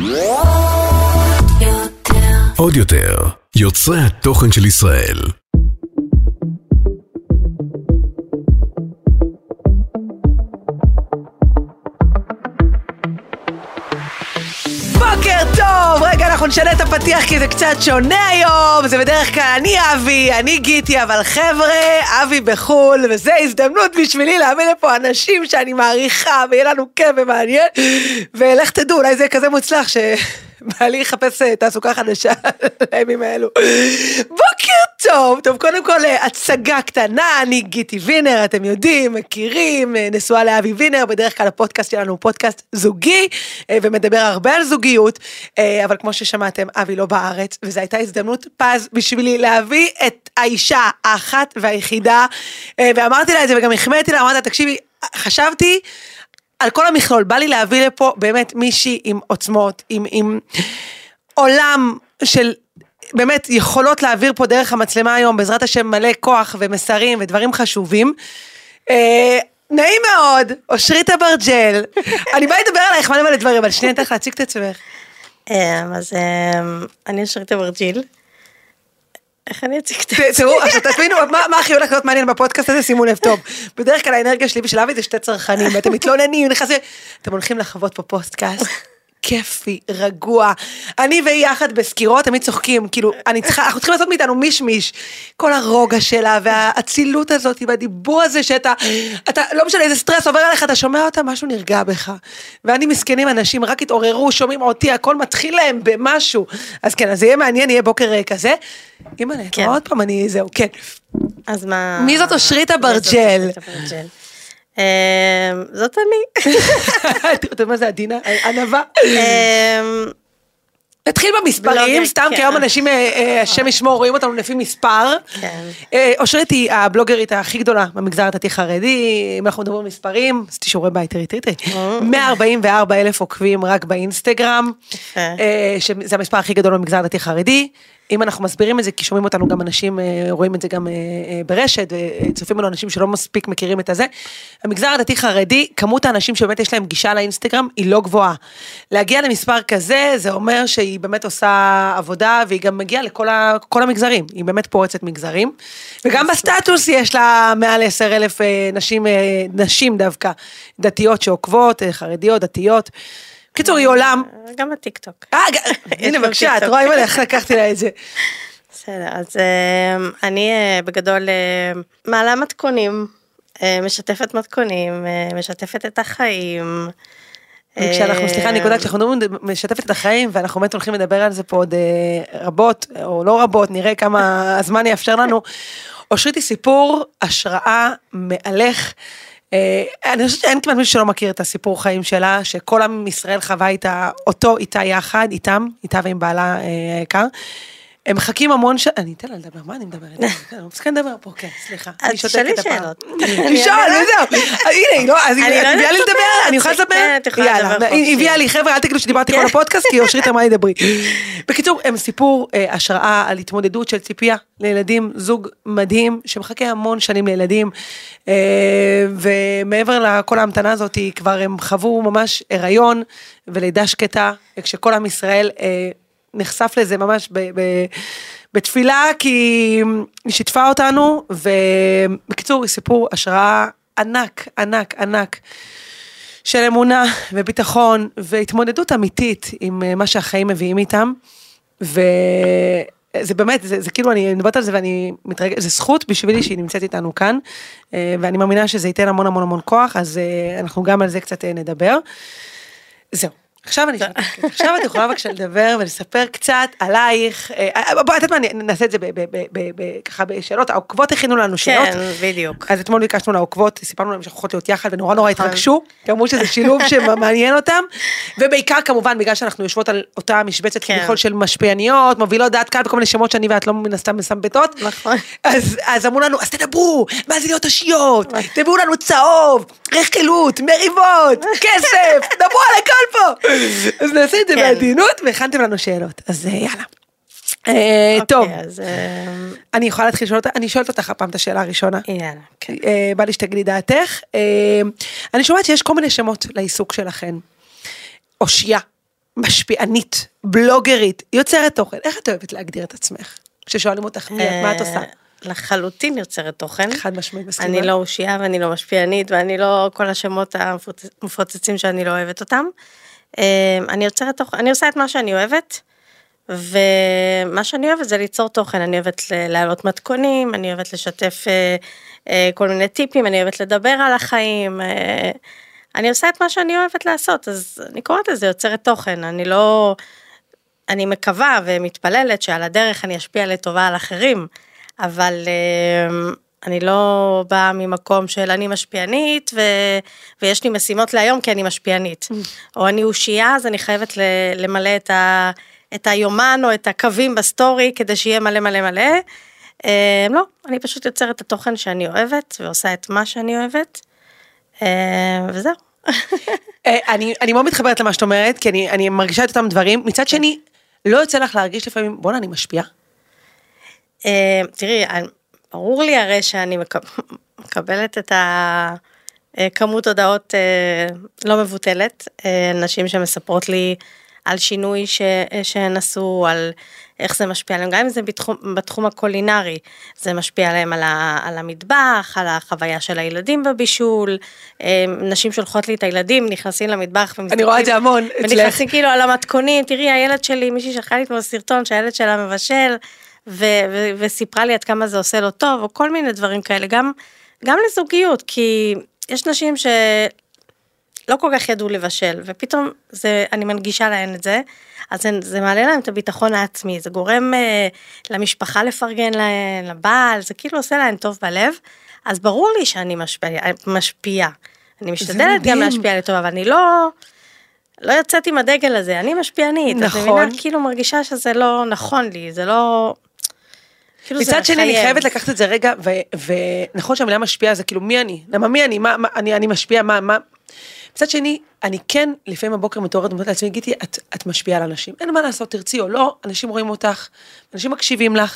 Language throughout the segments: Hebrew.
עוד יותר, יוצרי התוכן של ישראל. בוקר טוב, רגע אנחנו נשנה את הפתיח כי זה קצת שונה היום, זה בדרך כלל אני אבי, אני גיטי, אבל חבר'ה, אבי בחול, וזה הזדמנות בשבילי להביא לפה אנשים שאני מעריכה, ויהיה לנו כיף ומעניין, ולך תדעו, אולי זה כזה מוצלח בעלי יחפש תעסוקה חדשה לימים האלו. בוקר טוב, טוב, קודם כל הצגה קטנה, אני גיטי וינר, אתם יודעים, מכירים, נשואה לאבי וינר, בדרך כלל הפודקאסט שלנו הוא פודקאסט זוגי, ומדבר הרבה על זוגיות, אבל כמו ששמעתם, אבי לא בארץ, וזו הייתה הזדמנות פז בשבילי להביא את האישה האחת והיחידה, ואמרתי לה את זה וגם החמאתי לה, אמרתי, תקשיבי, חשבתי, על כל המכלול, בא לי להביא לפה באמת מישהי עם עוצמות, עם עולם של באמת יכולות להעביר פה דרך המצלמה היום, בעזרת השם מלא כוח ומסרים ודברים חשובים. נעים מאוד, אושרית אברג'ל, אני באה לדבר עלייך מלא דברים, אבל שנייה נתך להציג את עצמך. אז אני אושרית אברג'ל. איך אני אציג את זה? תראו, עכשיו תבינו, מה הכי הולך להיות מעניין בפודקאסט הזה, שימו לב טוב. בדרך כלל האנרגיה שלי ושל אבי זה שתי צרכנים, ואתם מתלוננים, אתם הולכים לחוות פה פודקאסט, כיפי, רגוע. אני והיא יחד בסקירות, תמיד צוחקים, כאילו, אנחנו צריכים לעשות מאיתנו מיש, כל הרוגע שלה, והאצילות הזאת, והדיבור הזה שאתה, לא משנה, איזה סטרס עובר עליך, אתה שומע אותה, משהו נרגע בך. ואני מסכנים אנשים, רק התעוררו, שומעים אותי, הכל מתחיל להם במשהו. אז כן, אז זה יהיה מעניין, יהיה בוקר כזה. אימא'לה, עוד פעם זהו, כן. אז מה? מי זאת אושרית אברג'ל? זאת אני. אתה יודע מה זה עדינה? ענבה. נתחיל במספרים, סתם כי היום אנשים, השם ישמור, רואים אותנו לפי מספר. אושרית היא הבלוגרית הכי גדולה במגזר הדתי חרדי, אם אנחנו מדברים על מספרים, עשיתי שיעורי בית, תראי. 144,000 עוקבים רק באינסטגרם, שזה המספר הכי גדול במגזר הדתי חרדי. אם אנחנו מסבירים את זה, כי שומעים אותנו גם אנשים, רואים את זה גם ברשת, וצופים לנו אנשים שלא מספיק מכירים את הזה. המגזר הדתי חרדי, כמות האנשים שבאמת יש להם גישה לאינסטגרם, היא לא גבוהה. להגיע למספר כזה, זה אומר שהיא באמת עושה עבודה, והיא גם מגיעה לכל המגזרים. היא באמת פורצת מגזרים. וגם בסטטוס יש לה מעל 10,000 נשים דווקא, דתיות שעוקבות, חרדיות, דתיות. קיצור, היא עולם. גם בטיקטוק. הנה בבקשה, את רואה איך לקחתי לה את זה. בסדר, אז אני בגדול מעלה מתכונים, משתפת מתכונים, משתפת את החיים. כשאנחנו, סליחה, נקודה, כשאנחנו משתפת את החיים, ואנחנו באמת הולכים לדבר על זה פה עוד רבות, או לא רבות, נראה כמה הזמן יאפשר לנו. אושרית היא סיפור השראה מהלך, אני חושבת שאין כמעט מישהו שלא מכיר את הסיפור חיים שלה, שכל עם ישראל חווה איתה יחד, איתה ועם בעלה היקר, הם מחכים המון אני אתן לה לדבר, מה אני מדברת? אני מפסקה לדבר פה, כן, סליחה. אז תשאלי שאלות. לשאול, וזהו. הנה, אז היא הביאה לי לדבר, אני יכולה לדבר? יאללה, היא הביאה לי, חבר'ה, אל תגידו שדיברתי כל הפודקאסט, כי אושרית אמרה לי דברי. בקיצור, הם סיפור השראה על התמודדות של ציפייה לילדים, זוג מדהים, שמחכה המון שנים לילדים, ומעבר לכל ההמתנה הזאת, כבר הם חוו ממש הריון ולידה שקטה, כשכל עם ישראל נחשף לזה ממש בתפילה, כי היא שיתפה אותנו, ובקיצור, היא סיפור השראה ענק, של אמונה וביטחון, והתמודדות אמיתית עם מה שהחיים מביאים איתם, וזה באמת, זה כאילו, אני מדברת על זה ואני מתרגשת, זה זכות בשבילי שהיא נמצאת איתנו כאן, ואני מאמינה שזה ייתן המון כוח, אז אנחנו גם על זה קצת נדבר. זהו. עכשיו את יכולה בבקשה לדבר ולספר קצת עלייך, בואי, את יודעת מה, נעשה את זה ככה בשאלות, העוקבות הכינו לנו שאלות. כן, בדיוק. אז אתמול ביקשנו לעוקבות, סיפרנו להם שאנחנו יכולות להיות יחד, ונורא התרגשו, כאמרו שזה שילוב שמעניין אותם, ובעיקר כמובן, בגלל שאנחנו יושבות על אותה משבצת כביכול של משפיעניות, מובילות דעת קהל, בכל מיני שמות שאני ואת לא מן הסתם מסמבטות, נכון. אז אמרו לנו, אז תדברו, מה זה להיות אושיות, תדברו לנו צהוב, רכילות, מריבות, כסף, דברו על הכל פה. אז נעשה את זה בעדינות, והכנתם לנו שאלות, אז יאללה. טוב, אני יכולה להתחיל לשאול אותה, אני שואלת אותך הפעם את השאלה הראשונה. יאללה. בא לי שתגידי דעתך. אני שומעת שיש כל מיני שמות לעיסוק שלכן. אושיה, משפיענית, בלוגרית, יוצרת תוכן, איך את אוהבת להגדיר את עצמך? כששואלים אותך, מה את עושה? לחלוטין יוצרת תוכן. חד משמעית מסכימה. אני לא אושייה ואני לא משפיענית, ואני לא כל השמות המפוצצים שאני לא אוהבת אותם. אני יוצרת תוכן, אני עושה את מה שאני אוהבת, ומה שאני אוהבת זה ליצור תוכן, אני אוהבת להעלות מתכונים, אני אוהבת לשתף כל מיני טיפים, אני אוהבת לדבר על החיים, אני עושה את מה שאני אוהבת לעשות, אז אני קוראת לזה יוצרת תוכן, אני מקווה ומתפללת שעל הדרך אני אשפיע לטובה על אחרים, אבל אני לא באה ממקום של אני משפיענית, ויש לי משימות להיום כי אני משפיענית, או אני אושייה, אז אני חייבת למלא את היומן או את הקווים בסטורי, כדי שיהיה מלא מלא מלא, לא, אני פשוט יוצרת את התוכן שאני אוהבת, ועושה את מה שאני אוהבת, וזהו. אני מאוד מתחברת למה שאת אומרת, כי אני מרגישה את אותם דברים, מצד שני, לא יוצא לך להרגיש לפעמים, בוא'נה, אני משפיעה? תראי, ברור לי הרי שאני מקבלת את כמות הודעות לא מבוטלת, נשים שמספרות לי על שינוי שהן עשו, על איך זה משפיע עליהם, גם אם זה בתחום הקולינרי, זה משפיע עליהם על המטבח, על החוויה של הילדים בבישול, נשים שולחות לי את הילדים, נכנסים למטבח, אני רואה את זה המון, ונכנסים כאילו על המתכונים, תראי, הילד שלי, מישהי שלחה לי כמו סרטון, שהילד שלה מבשל, וסיפרה לי עד כמה זה עושה לו טוב, או כל מיני דברים כאלה, גם לזוגיות, כי יש נשים שלא כל כך ידעו לבשל, ופתאום אני מנגישה להן את זה, אז זה מעלה להם את הביטחון העצמי, זה גורם למשפחה לפרגן להן, לבעל, זה כאילו עושה להן טוב בלב, אז ברור לי שאני משפיעה, אני משתדלת גם להשפיע לטוב, אבל אני לא יוצאת עם הדגל הזה, אני משפיענית, נכון. אז אני מבינה, כאילו מרגישה שזה לא נכון לי, זה לא... מצד שני, אני חייבת לקחת את זה רגע, ונכון שהמילה משפיעה זה כאילו, מי אני? למה מי אני? אני משפיעה, מה? מצד שני, אני כן, לפעמים הבוקר מתעוררת, אומרת לעצמי, גיטי, את משפיעה על אנשים. אין מה לעשות, תרצי או לא, אנשים רואים אותך, אנשים מקשיבים לך,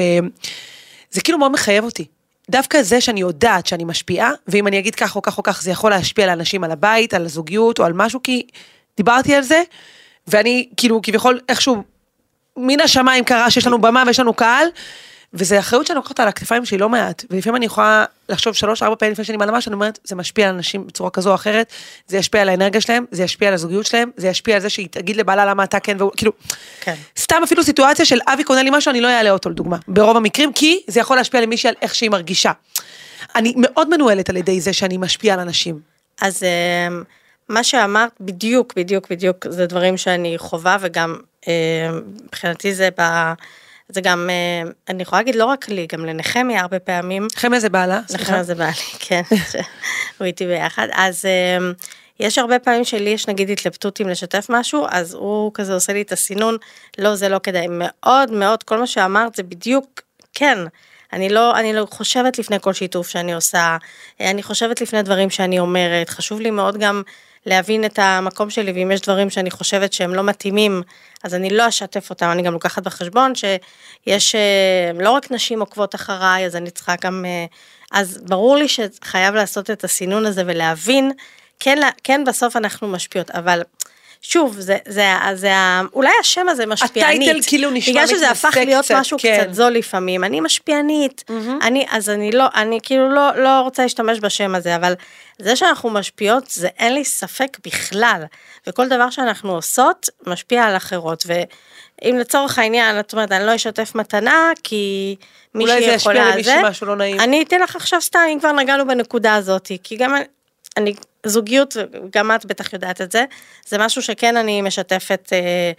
וזה כאילו מאוד מחייב אותי. דווקא זה שאני יודעת שאני משפיעה, ואם אני אגיד כך או כך או כך, זה יכול להשפיע על האנשים, על הבית, על הזוגיות, או על משהו, כי דיברתי על זה, ואני כאילו כביכול איכשהו, מן השמיים קרה שיש לנו במה ויש לנו קהל, וזה אחריות שאני לוקחת על הכתפיים שלי לא מעט, ולפעמים אני יכולה לחשוב 3-4 פעמים לפני שאני מעלה משהו, אני אומרת, זה משפיע על אנשים בצורה כזו או אחרת, זה ישפיע על האנרגיה שלהם, זה ישפיע על הזוגיות שלהם, זה ישפיע על זה שהיא תגיד לבעלה למה אתה כן, כאילו, סתם אפילו סיטואציה של אבי קונה לי משהו, אני לא אעלה אותו לדוגמה, ברוב המקרים, כי זה יכול להשפיע על מישהי על איך שהיא מרגישה. אני מאוד מנוהלת על ידי זה שאני משפיעה על אנשים. אז מה שאמרת, בדיוק, זה דברים שאני חובה, וגם מבחינתי זה גם, אני יכולה להגיד לא רק לי, גם לנחמיה הרבה פעמים. נחמיה זה בעלה? נחמיה זה בעלי, כן, הוא איתי ביחד. אז יש הרבה פעמים שלי יש נגיד התלבטות אם לשתף משהו, אז הוא כזה עושה לי את הסינון, לא זה לא כדאי, מאוד מאוד, כל מה שאמרת זה בדיוק, כן, אני לא חושבת לפני כל שיתוף שאני עושה, אני חושבת לפני דברים שאני אומרת, חשוב לי מאוד גם להבין את המקום שלי, ואם יש דברים שאני חושבת שהם לא מתאימים, אז אני לא אשתף אותם, אני גם לוקחת בחשבון שיש לא רק נשים עוקבות אחריי, אז אני צריכה גם, אז ברור לי שחייב לעשות את הסינון הזה ולהבין, כן בסוף אנחנו משפיעות, אבל שוב, אולי השם הזה משפיענית, הטייטל כאילו נשמע בגלל שזה הפך להיות משהו קצת זול לפעמים, אני משפיענית, אז אני כאילו לא רוצה להשתמש בשם הזה, אבל זה שאנחנו משפיעות, זה אין לי ספק בכלל, וכל דבר שאנחנו עושות, משפיע על אחרות, ואם לצורך העניין, את אומרת, אני לא אשתף מתנה, כי מישהי יכולה אולי זה ישפיע למישהו משהו לא נעים. אני אתן לך עכשיו סתם, אם כבר נגענו בנקודה הזאת, כי גם אני זוגיות, גם את בטח יודעת את זה, זה משהו שכן אני משתפת,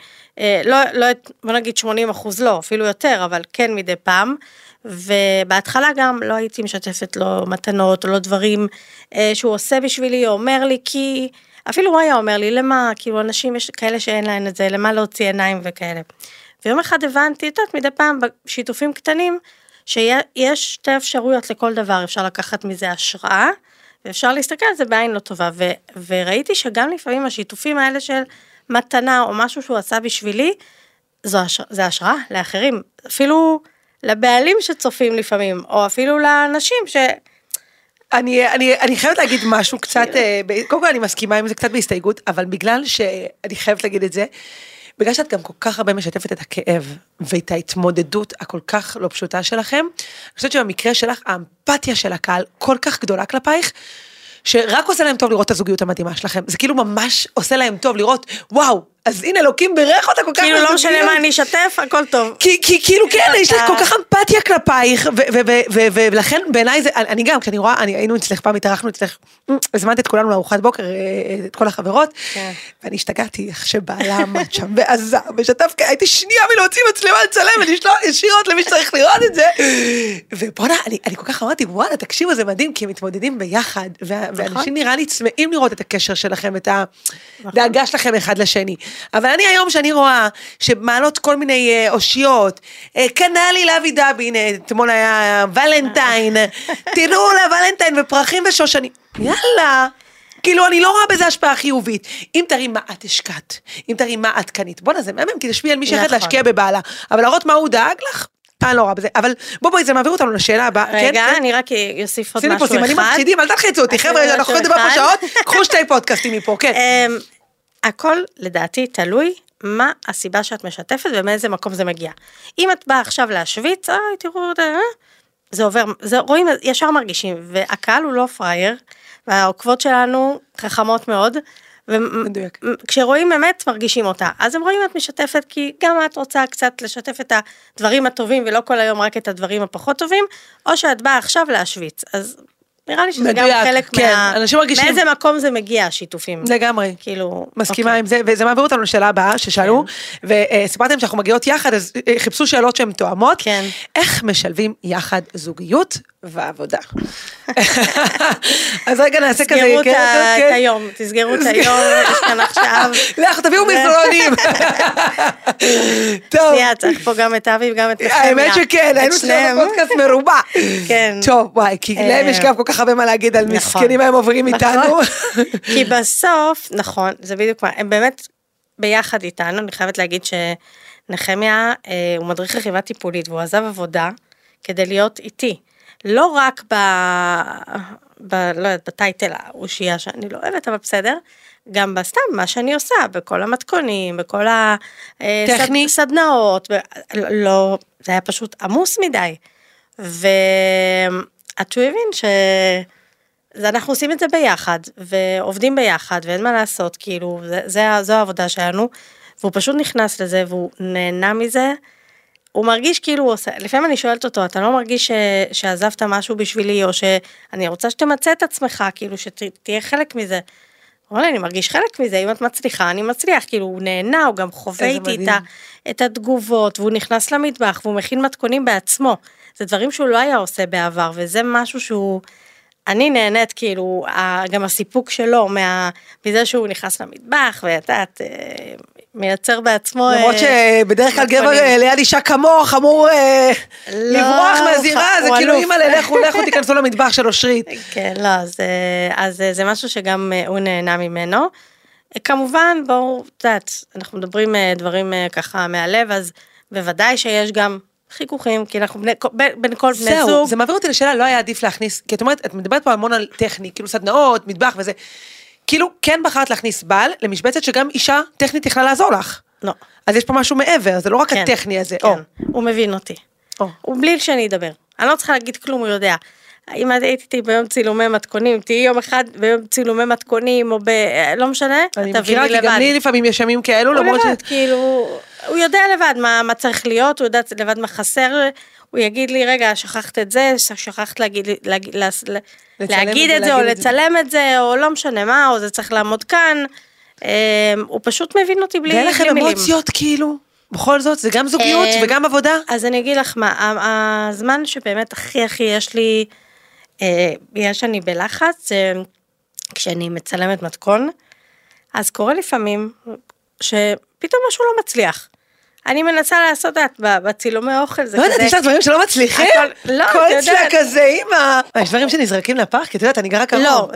בוא נגיד 80% לא, אפילו יותר, אבל כן מדי פעם, ובהתחלה גם לא הייתי משתפת לו מתנות, או לא דברים שהוא עושה בשבילי, או אומר לי, כי אפילו הוא היה אומר לי, למה, כאילו אנשים יש כאלה שאין להם את זה, למה להוציא עיניים וכאלה. ויום אחד הבנתי, את מדי פעם בשיתופים קטנים, שיש שתי אפשרויות לכל דבר, אפשר לקחת מזה השראה, ואפשר להסתכל על זה בעין לא טובה, וראיתי שגם לפעמים השיתופים האלה של מתנה, או משהו שהוא עשה בשבילי, זה השראה לאחרים, אפילו לבעלים שצופים לפעמים, או אפילו לאנשים אני חייבת להגיד משהו קצת, קודם כל אני מסכימה עם זה קצת בהסתייגות, אבל בגלל שאני חייבת להגיד את זה, בגלל שאת גם כל כך הרבה משתפת את הכאב, ואת ההתמודדות הכל כך לא פשוטה שלכם, אני חושבת שבמקרה שלך, האמפתיה של הקהל כל כך גדולה כלפייך, שרק עושה להם טוב לראות את הזוגיות המדהימה שלכם. זה כאילו ממש עושה להם טוב לראות, וואו, אז הנה אלוקים בירך אותה כל כך כאילו לא משנה מה אני אשתף, הכל טוב. כי כאילו כן, יש לך כל כך אמפתיה כלפייך, ולכן בעיניי זה, אני גם, כשאני רואה, היינו אצלך פעם, התארחנו אצלך, הזמנת את כולנו לארוחת בוקר, את כל החברות, ואני השתגעתי איך שבעלה עמד שם ועזר, ושתף, הייתי שנייה מלהוציא מצלמה לצלם, ולשלוח ישירות למי שצריך לראות את זה, ובוא'נה, אני כל כך אמרתי, וואלה, תקשיבו, זה מדהים, כי הם מתמודדים ביחד, ואנשים נראה לי צמאים לראות את הקשר שלכם, את הדאגה שלכם אחד לשני. אבל אני היום שאני רואה שמעלות כל מיני אושיות, קנאלי לאבי דבי, הנה, אתמול היה ולנטיין, תראו לוולנטיין ופרחים ושושנים, יאללה, כאילו אני לא רואה בזה השפעה חיובית, אם תראי מה את השקעת, אם תראי מה את קנית, בוא נזה, כי תשפיע על מי שאחד להשקיע בבעלה, אבל להראות מה הוא דאג לך, אני לא רואה בזה, אבל בואי, זה מעביר אותנו לשאלה הבאה. רגע, אני רק אוסיף עוד משהו אחד. סימנים מפחידים, אל תלחיצו אותי, חבר'ה, אנחנו יכולים לדבר פה שעות, קחו 2 פודקאסטים מפה, כן. הכל לדעתי תלוי מה הסיבה שאת משתפת ומאיזה מקום זה מגיע. אם את באה עכשיו להשוויץ, תראו, זה עובר, רואים, ישר מרגישים, והקהל הוא לא פרייר, והעוקבות שלנו חכמות מאוד, וכשרואים באמת מרגישים אותה, אז הם רואים את משתפת, כי גם את רוצה קצת לשתף את הדברים הטובים, ולא כל היום רק את הדברים הפחות טובים, או שאת באה עכשיו להשוויץ, אז נראה לי שזה גם חלק מאיזה מקום זה מגיע, השיתופים. לגמרי. כאילו... מסכימה עם זה, וזה מעביר אותנו לשאלה הבאה ששאלו, וסיפרתם שאנחנו מגיעות יחד, אז חיפשו שאלות שהן תואמות. כן. איך משלבים יחד זוגיות ועבודה? אז רגע נעשה כזה... תסגרו את היום, תסגרו את היום, יש כאן עכשיו... לך, תביאו מזרונים. טוב. שנייה, צריך פה גם את אבי וגם את נחמיה. האמת שכן, היינו שלנו פודקאסט מרובע. כן. טוב, וואי, כי להם יש גם כל כך הרבה מה להגיד על מסכנים הם עוברים איתנו. כי בסוף, נכון, זה בדיוק מה, הם באמת ביחד איתנו, אני חייבת להגיד שנחמיה, הוא מדריך רכיבה טיפולית, והוא עזב עבודה כדי להיות איתי. לא רק לא יודעת, בטייטל האושייה שאני לא אוהבת, אבל בסדר, גם בסתם מה שאני עושה, בכל המתכונים, בכל הסדנאות, לא, זה היה פשוט עמוס מדי. ואת שהוא הבין אנחנו עושים את זה ביחד, ועובדים ביחד, ואין מה לעשות, כאילו, זו העבודה שלנו, והוא פשוט נכנס לזה, והוא נהנה מזה, הוא מרגיש כאילו הוא עושה, לפעמים אני שואלת אותו, אתה לא מרגיש שעזבת משהו בשבילי, או שאני רוצה שתמצא את עצמך, כאילו שתהיה חלק מזה. אולי אני מרגיש חלק מזה, אם את מצליחה, אני מצליח, כאילו הוא נהנה, הוא גם חווה איתי את התגובות, והוא נכנס למטבח, והוא מכין מתכונים בעצמו. זה דברים שהוא לא היה עושה בעבר, וזה משהו שהוא, אני נהנית כאילו, גם הסיפוק שלו, מזה שהוא נכנס למטבח, ואת מייצר בעצמו... למרות שבדרך כלל גבר ליד אישה כמוך, אמור לברוח מהזירה, זה כאילו אימא לכו תיכנסו למטבח של אושרית. כן, לא, אז זה משהו שגם הוא נהנה ממנו. כמובן, בואו, אנחנו מדברים דברים ככה מהלב, אז בוודאי שיש גם חיכוכים, כי אנחנו בין כל בני זוג. זהו, זה מעביר אותי לשאלה, לא היה עדיף להכניס, כי את אומרת, את מדברת פה המון על טכני, כאילו סדנאות, מטבח וזה, כאילו כן בחרת להכניס בעל למשבצת שגם אישה טכנית יכלה לעזור לך. לא. אז יש פה משהו מעבר, זה לא רק הטכני הזה. כן, הוא מבין אותי. הוא בלי שאני אדבר. אני לא צריכה להגיד כלום, הוא יודע. אם הייתי ביום צילומי מתכונים, תהי יום אחד ביום צילומי מתכונים, או לא משנה, אני מכירה, כי גם לי לפעמים יש ימים כאלו, הוא לבד, כאילו, הוא יודע לבד מה צריך להיות, הוא יודע לבד מה חסר, הוא יגיד לי, רגע, שכחת את זה, שכחת להגיד את זה, או לצלם את זה, או לא משנה מה, או זה צריך לעמוד כאן, הוא פשוט מבין אותי בלי מילים. ואין לכם אמוציות כאילו? בכל זאת, זה גם זוגיות וגם עבודה? אז אני אגיד לך מה, הזמן שבאמת הכי יש לי, יש אני בלחץ, כשאני מצלמת מתכון, אז קורה לפעמים שפתאום משהו לא מצליח. אני מנסה לעשות את בצילומי אוכל, זה כזה... לא יודעת, יש לך דברים שלא מצליחים? לא, כל אצלה כזה, אמא. יש דברים שנזרקים לפח, כי את יודעת, אני גרה קרוב.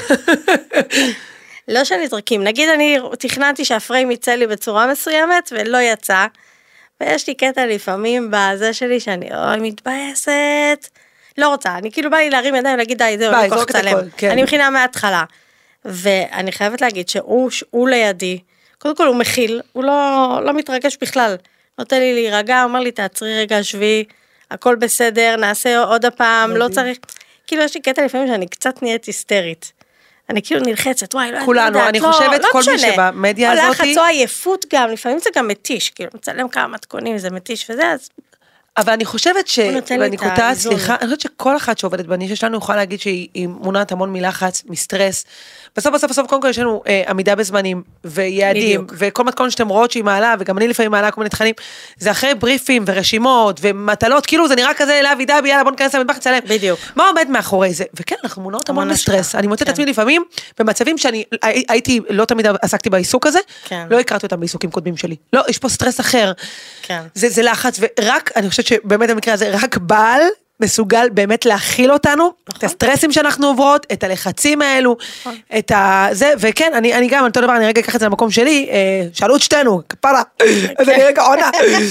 לא שנזרקים. נגיד, אני תכננתי שהפריים יצא לי בצורה מסוימת, ולא יצא. ויש לי קטע לפעמים בזה שלי, שאני מתבאסת. לא רוצה, אני כאילו בא לי להרים ידיים ולהגיד די, זהו, ביי, לקוח זרוק את צלם. הכל, כן. אני מכינה מההתחלה. ואני חייבת להגיד שהוא לידי, קודם כל הוא מכיל, הוא לא מתרגש בכלל. נותן לי להירגע, אומר לי, תעצרי רגע שבי, הכל בסדר, נעשה עוד הפעם, לא צריך. כאילו יש לי קטע לפעמים שאני קצת נהיית היסטרית. אני כאילו נלחצת, וואי, לא יודעת, כולנו, אני חושבת כל מי שבמדיה הזאת. או לחץ או עייפות גם, לפעמים זה גם מתיש, כאילו מצלם כמה מתכונים, זה מתיש וזה, אז אבל אני חושבת ואני קוטעת, סליחה, אני חושבת שכל אחת שעובדת בנישה שלנו יכולה להגיד שהיא מונעת המון מלחץ, מסטרס. בסוף, קודם כל יש לנו עמידה בזמנים ויעדים, וכל מתכון שאתם רואות שהיא מעלה, וגם אני לפעמים מעלה כל מיני תכנים, זה אחרי בריפים ורשימות ומטלות, כאילו זה נראה כזה, אלה אבידה, ביאללה, בוא ניכנס למטבח, צלם. בדיוק. מה עומד מאחורי זה? וכן, אנחנו מונעות המון מסטרס. אני מוצאת את עצמי לפעמים, במצבים שאני הייתי, לא תמיד עסקתי בעיסוק הזה, לא הכרתי אותם בעיסוקים קודמים שלי. לא, יש פה סטרס אחר. זה לחץ, ורק, אני חושבת שבאמת במקרה הזה, רק בעל מסוגל באמת להכיל אותנו, את הסטרסים שאנחנו עוברות, את הלחצים האלו, את זה, וכן, אני גם, אותו דבר, אני רגע אקח את זה למקום שלי, שאלו את שתינו, כפרה, אז אני רגע עונה.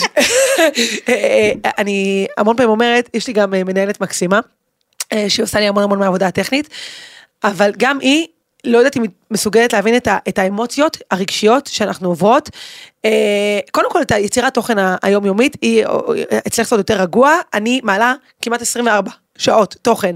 אני המון פעמים אומרת, יש לי גם מנהלת מקסימה, שהיא עושה לי המון מהעבודה הטכנית, אבל גם היא, לא יודעת אם היא מסוגלת להבין את האמוציות הרגשיות שאנחנו עוברות. קודם כל, את היצירת תוכן היומיומית, היא אצלך קצת יותר רגוע, אני מעלה כמעט 24 שעות תוכן.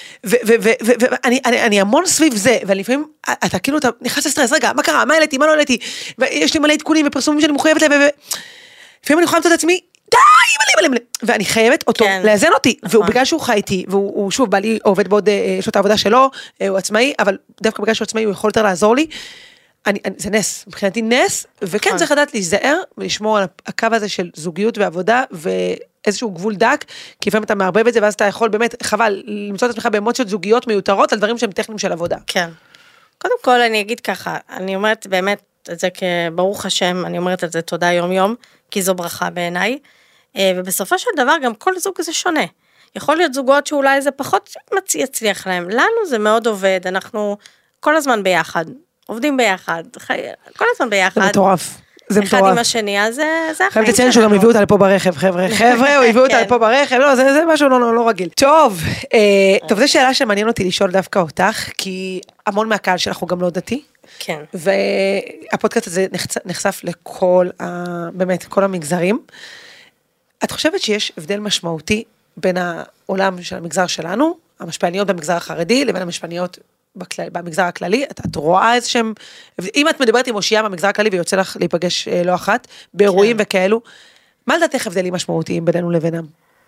ואני המון סביב זה, ולפעמים אתה כאילו, אתה נכנס לסטרס, רגע, מה קרה, מה העליתי, מה לא העליתי, ויש לי מלא עדכונים ופרסומים שאני מחויבת להם, לפעמים אני יכולה למצוא את עצמי, די, מלא, ואני חייבת אותו לאזן אותי, והוא בגלל שהוא חי איתי, והוא שוב, בעלי עובד בעוד, יש לו את העבודה שלו, הוא עצמאי, אבל דווקא בגלל שהוא עצמאי, הוא יכול יותר לעזור לי, זה נס, מבחינתי נס, וכן צריך לדעת להיזהר, ולשמור על הקו הזה של זוגיות ועבודה, ואיזשהו גבול דק, כי לפעמים אתה מערבב את זה, ואז אתה יכול באמת, חבל, למצוא את עצמך באמוציות זוגיות מיותרות, על דברים שהם טכניים של עבודה. כן. קודם כל אני אגיד ככה, אני אומרת באמת, את זה כברוך השם, אני אומרת את זה תודה יום, כי זו ברכה בעיניי, ובסופו של דבר גם כל זוג זה שונה. יכול להיות זוגות שאולי זה פחות יצליח להם. לנו זה מאוד עובד, אנחנו כל הזמן ביחד, עובדים ביחד, כל הזמן ביחד. זה מטורף. אחד עם השני, אז זה החיים שלנו. תציין שהוא גם הביאו אותה לפה ברכב, חבר'ה, הוא הביאו אותה לפה ברכב, לא, זה משהו לא רגיל. טוב, זו שאלה שמעניין אותי לשאול דווקא אותך, כי המון מהקהל שלך הוא גם לא דתי. כן. והפודקאסט הזה נחשף לכל, באמת, כל המגזרים. את חושבת שיש הבדל משמעותי בין העולם של המגזר שלנו, המשפיעניות במגזר החרדי, לבין המשפיעניות במגזר הכללי? את רואה איזשהם, אם את מדברת עם אושייה במגזר הכללי, ויוצא לך להיפגש לא אחת, באירועים וכאלו, מה לדעתך הבדלים משמעותיים בינינו לבינם?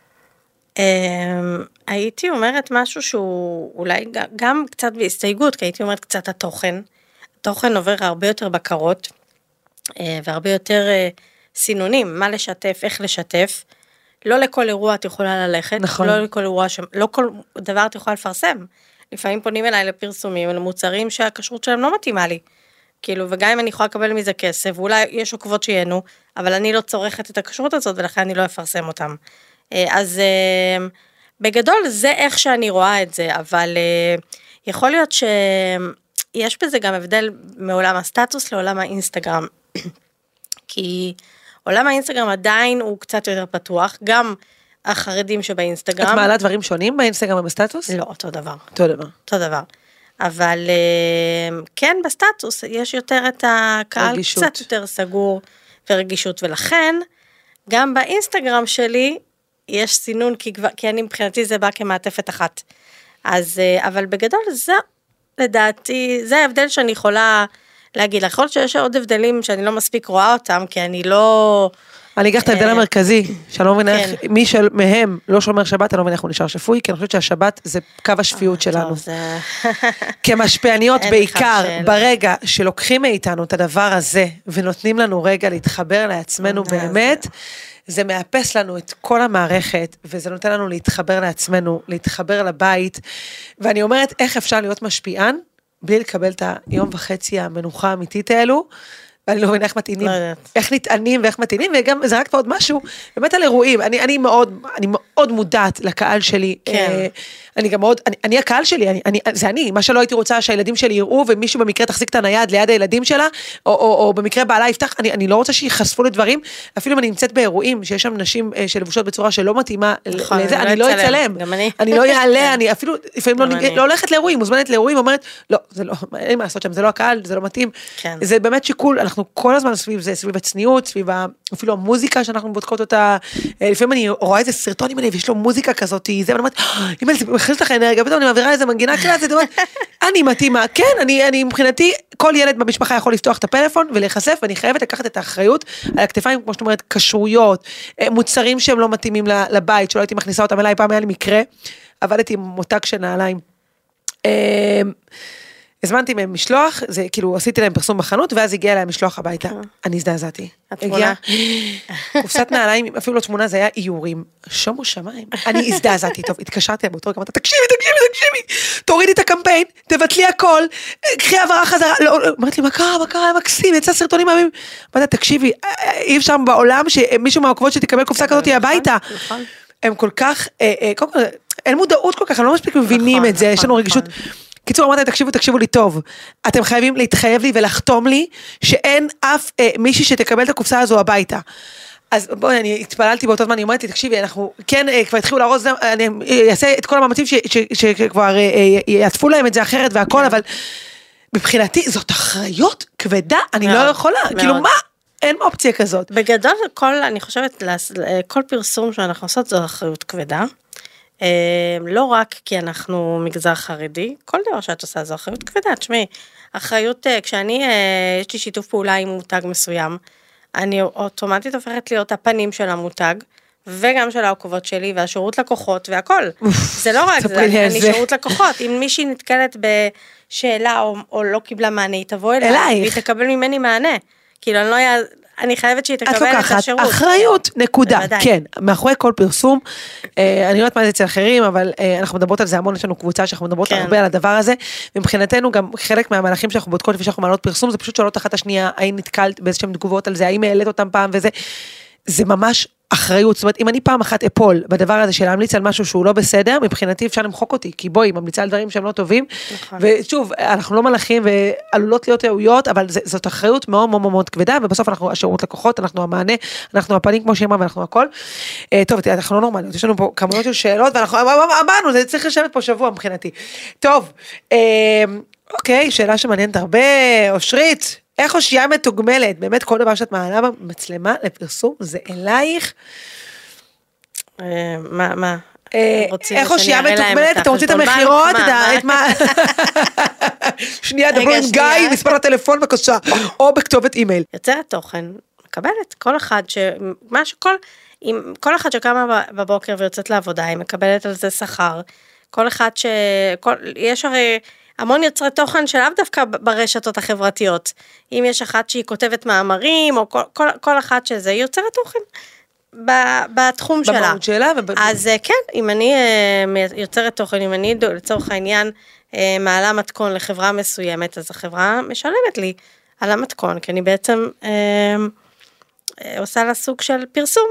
הייתי אומרת משהו שהוא אולי גם קצת בהסתייגות, כי הייתי אומרת קצת התוכן. התוכן עובר הרבה יותר בקרות, והרבה יותר סינונים, מה לשתף, איך לשתף. לא לכל אירוע את יכולה ללכת, נכון. לא לכל אירוע, לא כל דבר את יכולה לפרסם. לפעמים פונים אליי לפרסומים, למוצרים שהכשרות שלהם לא מתאימה לי. כאילו, וגם אם אני יכולה לקבל מזה כסף, ואולי יש עוקבות שיהנו, אבל אני לא צורכת את הכשרות הזאת, ולכן אני לא אפרסם אותם. אז בגדול זה איך שאני רואה את זה, אבל יכול להיות שיש בזה גם הבדל מעולם הסטטוס לעולם האינסטגרם. כי עולם האינסטגרם עדיין הוא קצת יותר פתוח, גם החרדים שבאינסטגרם. את מעלה דברים שונים באינסטגרם ובסטטוס? לא, אותו דבר. אותו דבר. אבל כן, בסטטוס יש יותר את הקהל קצת יותר סגור ורגישות, ולכן גם באינסטגרם שלי יש סינון, כי אני מבחינתי זה בא כמעטפת אחת. אז, אבל בגדול זה, לדעתי, זה ההבדל שאני יכולה להגיד לך. יכול להיות שיש עוד הבדלים שאני לא מספיק רואה אותם, כי אני לא... אני אקח את ההבדל המרכזי, שאני לא מבין איך, מי מהם לא שומר שבת, אני לא מבין איך הוא נשאר שפוי, כי אני חושבת שהשבת זה קו השפיות שלנו. כמשפיעניות בעיקר, ברגע שלוקחים מאיתנו את הדבר הזה, ונותנים לנו רגע להתחבר לעצמנו באמת, זה מאפס לנו את כל המערכת, וזה נותן לנו להתחבר לעצמנו, להתחבר לבית, ואני אומרת איך אפשר להיות משפיען, בלי לקבל את היום וחצי המנוחה האמיתית האלו, ואני לא מבינה איך מתעינים, לא יודעת. איך נטענים ואיך מתעינים, וגם זה רק עוד משהו, באמת על אירועים, אני מאוד מודעת לקהל שלי, כן. אני גם מאוד, אני הקהל שלי, זה אני, מה שלא הייתי רוצה שהילדים שלי יראו, ומישהו במקרה תחזיק את הנייד ליד הילדים שלה, או במקרה בעלה יפתח, אני לא רוצה שיחשפו לדברים, אפילו אם אני נמצאת באירועים, שיש שם נשים שלבושות בצורה שלא מתאימה לזה, אני לא אצלם, אני לא יעלה, אני אפילו, לפעמים לא הולכת לאירועים, מוזמנת לאירועים, אומרת, לא, זה לא, אין מה לעשות שם, זה לא הקהל, זה לא מתאים, זה באמת שיקול, אנחנו כל הזמן סביב זה, סביב הצניעות, סביב אפילו המוזיקה שאנחנו בודקות אותה, לפעמים אני רואה איזה סרטון עם ויש לו מוזיקה כזאת, זה, ואני אומרת, אימא, זה מכניס לך אנרגיה, פתאום אני מעבירה איזה מנגינה קלאסית, אני מתאימה, כן, אני מבחינתי, כל ילד במשפחה יכול לפתוח את הפלאפון ולהיחשף, ואני חייבת לקחת את האחריות על הכתפיים, כמו שאת אומרת, כשרויות, מוצרים שהם לא מתאימים לבית, שלא הייתי מכניסה אותם אליי, פעם היה לי מקרה, עבדתי עם מותג של נעליים, הזמנתי מהם משלוח, זה כאילו עשיתי להם פרסום בחנות, ואז הגיע להם משלוח הביתה. אני הזדעזעתי. התמונה. קופסת נעליים, אפילו לא תמונה, זה היה איורים. שומו שמיים. אני הזדעזעתי, טוב, התקשרתי באותו רגע, אמרתי, תקשיבי, תורידי את הקמפיין, תבטלי הכל, קחי העברה חזרה, אמרתי לי, מה קרה, מקסים, יצא סרטונים מהמים. אמרתי, תקשיבי, אי אפשר בעולם שמישהו מהעוקבות שתקבל קופסה כזאת הביתה. הם כל כך, אין מודעות כל כך, הם לא מספיק מבינים את זה, יש לנו רגישות. קיצור, אמרתי, תקשיבו לי טוב, אתם חייבים להתחייב לי ולחתום לי, שאין אף מישהי שתקבל את הקופסה הזו הביתה. אז בואי, אני התפללתי באותו זמן, אני אומרת לי, תקשיבי, אנחנו כן כבר התחילו להרוז, אני אעשה את כל המאמצים שכבר יעטפו להם את זה אחרת והכל, אבל מבחינתי זאת אחריות כבדה, אני לא יכולה, כאילו מה? אין אופציה כזאת. בגדול, אני חושבת, כל פרסום שאנחנו עושות זו אחריות כבדה, לא רק כי אנחנו מגזר חרדי, כל דבר שאת עושה זו אחריות כבדה, תשמעי, אחריות, כשאני, יש לי שיתוף פעולה עם מותג מסוים, אני אוטומטית הופכת להיות הפנים של המותג, וגם של העוקבות שלי, והשירות לקוחות, והכל. זה לא רק זה, אני שירות לקוחות, אם מישהי נתקלת בשאלה, או לא קיבלה מענה, היא תבוא אליי, והיא תקבל ממני מענה, כאילו אני חייבת שהיא תקבל את השירות. אחריות, נקודה, כן, מאחורי כל פרסום, אני לא יודעת מה זה אצל אחרים, אבל אנחנו מדברות על זה המון, יש לנו קבוצה שאנחנו מדברות הרבה על הדבר הזה, ומבחינתנו גם חלק מהמהלכים שאנחנו בודקות ושאנחנו מעלות פרסום, זה פשוט שאלות אחת השנייה, האם נתקלת באיזשהם תגובות על זה, האם העלית אותם פעם וזה, זה ממש אחריות, זאת אומרת, אם אני פעם אחת אפול בדבר הזה של להמליץ על משהו שהוא לא בסדר, מבחינתי אפשר למחוק אותי, כי בואי, ממליצה על דברים שהם לא טובים, ושוב, אנחנו לא מלאכים ועלולות להיות ראויות, אבל זאת אחריות מאוד מאוד מאוד כבדה, ובסוף אנחנו השירות לקוחות, אנחנו המענה, אנחנו הפנים כמו שאמרה, ואנחנו הכל. טוב, אנחנו לא נורמליות, יש לנו פה כמויות של שאלות, ואנחנו אמרנו, זה צריך לשבת פה שבוע מבחינתי. טוב, אוקיי, שאלה שמעניינת הרבה, אושרית, איך הושיעה מתוגמלת? באמת כל דבר שאת מעלה במצלמה לפרסום, זה אלייך. מה? איך הושיעה מתוגמלת? אתם רוצים את המחירות? את מה? שנייה, דברו עם גיא, מספר הטלפון בבקשה, או בכתובת אימייל. יוצרת תוכן, מקבלת כל אחד כל אחד שקמה בבוקר ויוצאת לעבודה, היא מקבלת על זה שכר. כל אחד יש הרי המון יוצרי תוכן שלאו דווקא ברשתות החברתיות. אם יש אחת שהיא כותבת מאמרים, או כל אחת שזה, היא יוצרת תוכן בתחום שלה. במהות שלה. אז כן, אם אני יוצרת תוכן, אם אני לצורך העניין מעלה מתכון לחברה מסוימת, אז החברה משלמת לי על המתכון, כי אני בעצם עושה לה סוג של פרסום.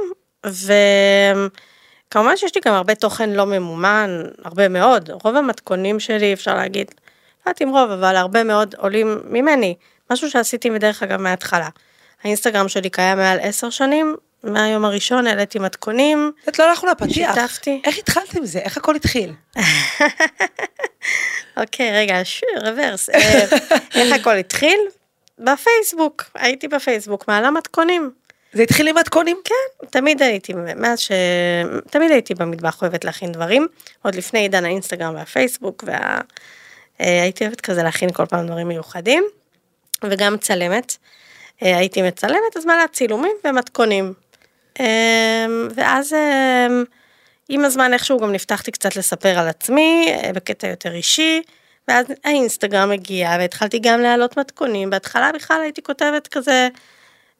וכמובן שיש לי גם הרבה תוכן לא ממומן, הרבה מאוד. רוב המתכונים שלי, אפשר להגיד, לא יודעת עם רוב, אבל הרבה מאוד עולים ממני. משהו שעשיתי מדרך אגב מההתחלה. האינסטגרם שלי קיים מעל 10 שנים, מהיום הראשון העליתי מתכונים. את לא הלכנו לפתיח. שיתפתי. איך התחלת עם זה? איך הכל התחיל? אוקיי, רגע, רוורס. איך הכל התחיל? בפייסבוק. הייתי בפייסבוק, מעלה מתכונים. זה התחיל עם מתכונים? כן, תמיד הייתי במטבח אוהבת להכין דברים, עוד לפני עידן האינסטגרם והפייסבוק, הייתי אוהבת כזה להכין כל פעם דברים מיוחדים, וגם צלמת, הייתי מצלמת, אז מעלה צילומים ומתכונים, ואז עם הזמן איכשהו גם נפתחתי קצת לספר על עצמי, בקטע יותר אישי, ואז האינסטגרם הגיע, והתחלתי גם להעלות מתכונים, בהתחלה בכלל הייתי כותבת כזה,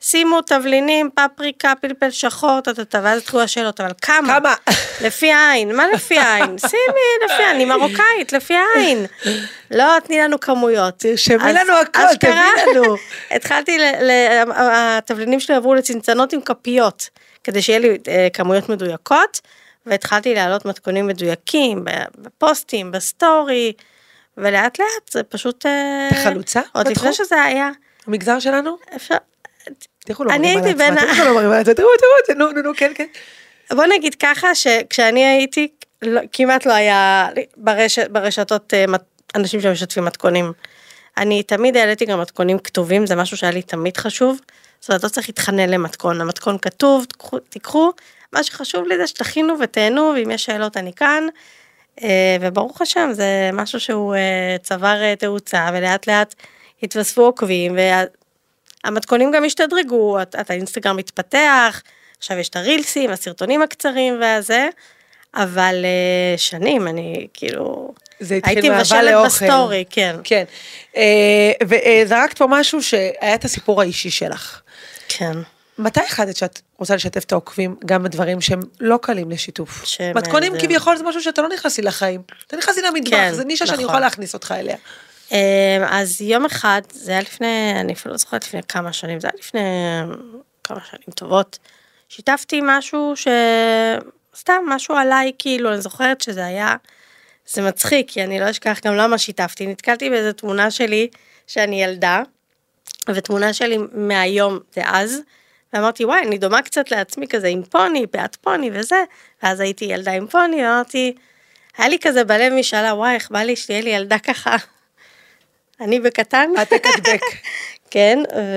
שימו תבלינים, פפריקה, פלפל שחור, ואז התחילו השאלות, אבל כמה? לפי העין, מה לפי העין? שימי לפי העין, אני מרוקאית, לפי העין. לא, תני לנו כמויות. תרשמי לנו הכל, תביא לנו. התחלתי, התבלינים שלי עברו לצנצנות עם כפיות, כדי שיהיה לי כמויות מדויקות, והתחלתי להעלות מתכונים מדויקים, בפוסטים, בסטורי, ולאט לאט זה פשוט... תחלוצה? עוד לפני שזה היה. המגזר שלנו? אפשר... אני הייתי בין... נו, כן. בוא נגיד ככה, שכשאני הייתי, כמעט לא היה ברשתות אנשים שמשתפים מתכונים. אני תמיד העליתי גם מתכונים כתובים, זה משהו שהיה לי תמיד חשוב, זאת אומרת, לא צריך להתחנן למתכון, המתכון כתוב, תיקחו, מה שחשוב לי זה שתכינו ותהנו, ואם יש שאלות אני כאן, וברוך השם, זה משהו שהוא צבר תאוצה, ולאט לאט התווספו עוקבים, והמתכונים גם השתדרגו, האינסטגרם מתפתח, עכשיו יש את הרילסים, הסרטונים הקצרים והזה, אבל שנים, אני כאילו... הייתי מבשלת בסטורי, כן. כן. וזרקת פה משהו שהיה את הסיפור האישי שלך. כן. מתי החלטת שאת רוצה לשתף את העוקבים גם בדברים שהם לא קלים לשיתוף? מתכונים כביכול זה משהו שאתה לא נכנסי לחיים. אתה נכנסי למטבח, זה נישה שאני יכולה להכניס אותך אליה. אז יום אחד, זה היה לפני, אני אפילו לא זוכרת לפני כמה שנים, זה היה לפני כמה שנים טובות, שיתפתי משהו סתם משהו עליי, כאילו, אני זוכרת שזה היה, זה מצחיק, כי אני לא אשכח גם למה שיתפתי, נתקלתי באיזו תמונה שלי, שאני ילדה, ותמונה שלי מהיום דאז, ואמרתי, וואי, אני דומה קצת לעצמי כזה, עם פוני, פאת פוני וזה, ואז הייתי ילדה עם פוני, ואמרתי, היה לי כזה בלב משאלה, וואי, איך בא לי שתהיה לי ילדה ככה, אני בקטן. את תקדבק. כן,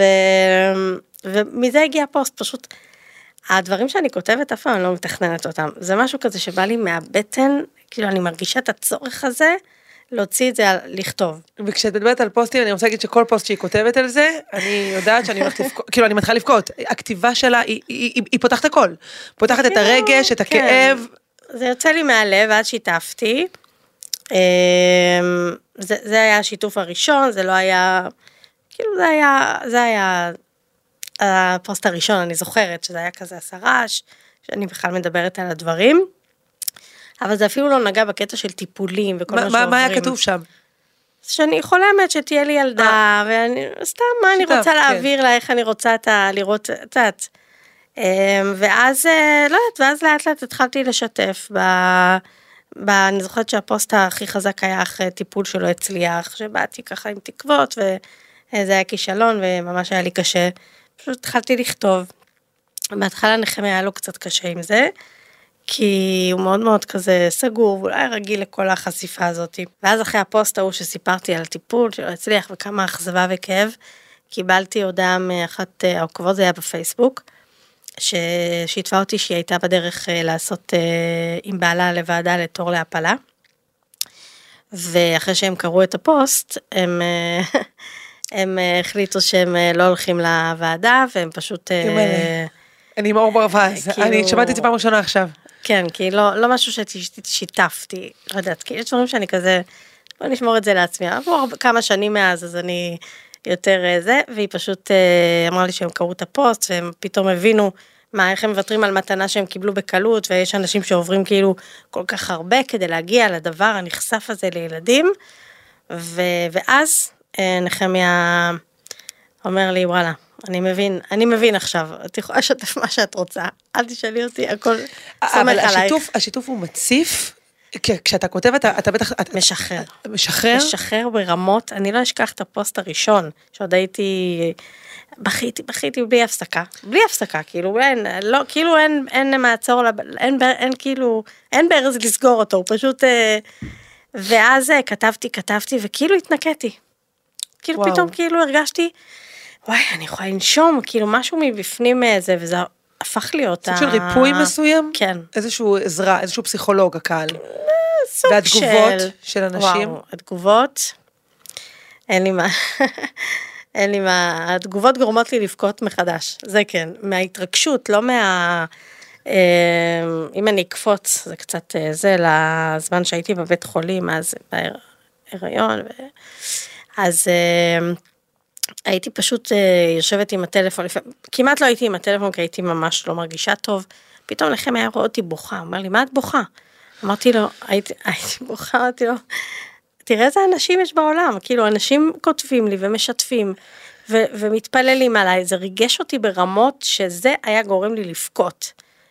ומזה הגיע פוסט, פשוט, הדברים שאני כותבת אף פעם, אני לא מתכננת אותם. זה משהו כזה שבא לי מהבטן, כאילו אני מרגישה את הצורך הזה, להוציא את זה, לכתוב. וכשאת מדברת על פוסטים, אני רוצה להגיד שכל פוסט שהיא כותבת על זה, אני יודעת שאני הולכת לבכות, כאילו אני מתחילה לבכות. הכתיבה שלה, היא פותחת הכל. פותחת את הרגש, את הכאב. זה יוצא לי מהלב, ואז שיתפתי. זה היה השיתוף הראשון, זה לא היה, כאילו זה היה הפוסט הראשון, אני זוכרת שזה היה כזה הסרש, שאני בכלל מדברת על הדברים, אבל זה אפילו לא נגע בקטע של טיפולים וכל מה שעוברים. מה היה כתוב שם? שאני חולמת שתהיה לי ילדה, ואני, סתם מה אני רוצה להעביר לה, איך אני רוצה לראות את. ואז, לא יודעת, ואז לאט לאט התחלתי לשתף, אני זוכרת שהפוסט הכי חזק היה אחרי טיפול שלא הצליח, שבאתי ככה עם תקוות, וזה היה כישלון, וממש היה לי קשה. פשוט התחלתי לכתוב. בהתחלה נחמי היה לו קצת קשה עם זה, כי הוא מאוד מאוד כזה סגור, ואולי רגיל לכל החשיפה הזאת. ואז אחרי הפוסט ההוא שסיפרתי על הטיפול שלא הצליח, וכמה אכזבה וכאב, קיבלתי הודעה מאחת העוקבות, זה היה בפייסבוק, ששיתפה אותי שהיא הייתה בדרך לעשות עם בעלה לוועדה לתור להפלה, ואחרי שהם קראו את הפוסט, הם החליטו שהם לא הולכים לוועדה, והם פשוט... אני עם אור ברווז, אני שמעתי את זה פעם ראשונה עכשיו. כן, כי לא משהו ששיתפתי, לא יודעת, כי יש דברים שאני כזה, בוא נשמור את זה לעצמי, עבור כמה שנים מאז, אז אני יותר זה, והיא פשוט אמרה לי שהם קראו את הפוסט, והם פתאום הבינו איך הם מוותרים על מתנה שהם קיבלו בקלות, ויש אנשים שעוברים כאילו כל כך הרבה, כדי להגיע לדבר הנחשף הזה לילדים, ואז נחמיה אומר לי, וואלה, אני מבין עכשיו, את יכולה לשתף מה שאת רוצה, אל תשאלי אותי, הכל סומך עלייך. אבל השיתוף הוא מציף, כשאתה כותב, אתה בטח... משחרר. משחרר? משחרר ברמות, אני לא אשכח את הפוסט הראשון, שעוד הייתי, בכיתי בלי הפסקה, כאילו אין מעצור, אין ברז לסגור אותו, פשוט, ואז כתבתי, וכאילו התנקטתי. כאילו פתאום כאילו הרגשתי, וואי, אני יכולה לנשום, כאילו משהו מבפנים זה, וזה הפך להיות... סוג של ריפוי מסוים? כן. איזשהו עזרה, איזשהו פסיכולוג הקהל. סוג והתגובות של אנשים? וואו, התגובות, אין לי מה, התגובות גורמות לי לבכות מחדש, זה כן, מההתרגשות, לא אם אני אקפוץ, זה קצת זה, לזמן שהייתי בבית חולים, אז בהיריון, אז הייתי פשוט יושבת עם הטלפון, כמעט לא הייתי עם הטלפון, כי הייתי ממש לא מרגישה טוב, פתאום לכם היה רואה אותי בוכה, אמר לי, מה את בוכה? אמרתי לו, הייתי בוכה, אמרתי לו, תראה איזה אנשים יש בעולם, כאילו אנשים כותבים לי ומשתפים, ומתפללים עליי, זה ריגש אותי ברמות שזה היה גורם לי לבכות,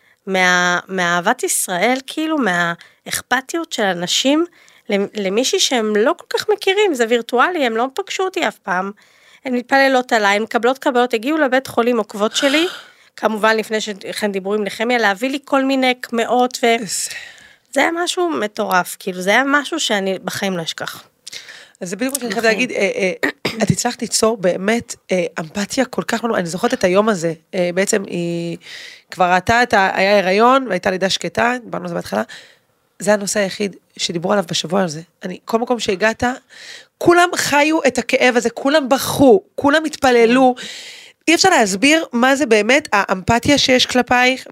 מהאהבת ישראל, כאילו מהאכפתיות של אנשים, למישהי שהם לא כל כך מכירים, זה וירטואלי, הם לא פגשו אותי אף פעם, הן מתפללות עליי, הן מקבלות קבלות, הגיעו לבית חולים עוקבות שלי, כמובן לפני שכן דיברו עם נחמיה, להביא לי כל מיני קמאות, זה היה משהו מטורף, כאילו זה היה משהו שאני בחיים לא אשכח. אז זה בדיוק מה שאני חייבת להגיד, את הצלחת ליצור באמת אמפתיה כל כך, אני זוכרת את היום הזה, בעצם היא כבר ראתה, היה הריון, והייתה לידה שקטה, דיברנו על זה בהתחלה, זה הנושא היחיד שדיברו עליו בשבוע הזה. כל מקום שהגעת, כולם חיו את הכאב הזה, כולם בכו, כולם התפללו, אי אפשר להסביר מה זה באמת האמפתיה שיש כלפייך,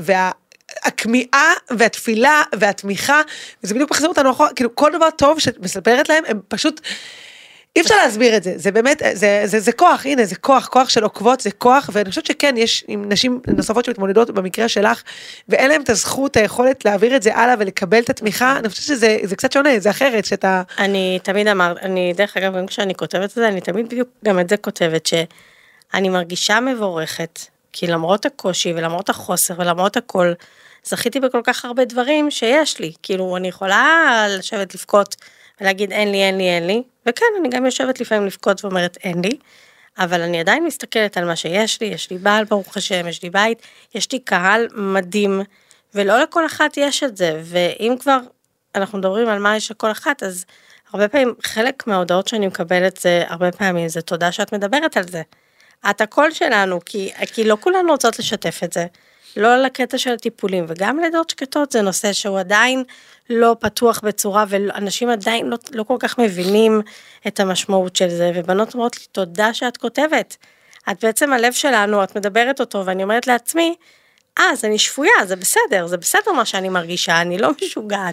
והכמיהה והתפילה והתמיכה, וזה בדיוק מחזיר אותנו אחורה, כאילו כל דבר טוב שמספרת להם, הם פשוט, אי אפשר להסביר את זה, זה באמת, זה כוח, הנה, זה כוח של עוקבות, זה כוח, ואני חושבת שכן, יש נשים נוספות שמתמודדות במקרה שלך, ואין להם את הזכות, היכולת להעביר את זה הלאה ולקבל את התמיכה, אני חושבת שזה קצת שונה, זה אחרת, שאתה... אני תמיד דרך אגב, גם כשאני כותבת את זה, אני תמיד בדיוק גם את זה כותבת, שאני מרגישה מבורכת, כי למרות הקושי ולמרות החוסר ולמרות הכל, זכיתי בכל כך הרבה דברים שיש לי, כאילו אני יכולה לשבת לבכות ולהגיד אין לי, וכן, אני גם יושבת לפעמים לבכות ואומרת אין לי, אבל אני עדיין מסתכלת על מה שיש לי, יש לי בעל ברוך השם, יש לי בית, יש לי קהל מדהים, ולא לכל אחת יש את זה, ואם כבר אנחנו מדברים על מה יש לכל אחת, אז הרבה פעמים, חלק מההודעות שאני מקבלת זה, הרבה פעמים זה תודה שאת מדברת על זה, את הקול שלנו, כי לא כולנו רוצות לשתף את זה, לא על הקטע של הטיפולים, וגם לידות שקטות זה נושא שהוא עדיין לא פתוח בצורה, ואנשים עדיין לא כל כך מבינים את המשמעות של זה, ובנות אומרות לי, תודה שאת כותבת, את בעצם הלב שלנו, את מדברת אותו, ואני אומרת לעצמי, אז אני שפויה, זה בסדר מה שאני מרגישה, אני לא משוגעת.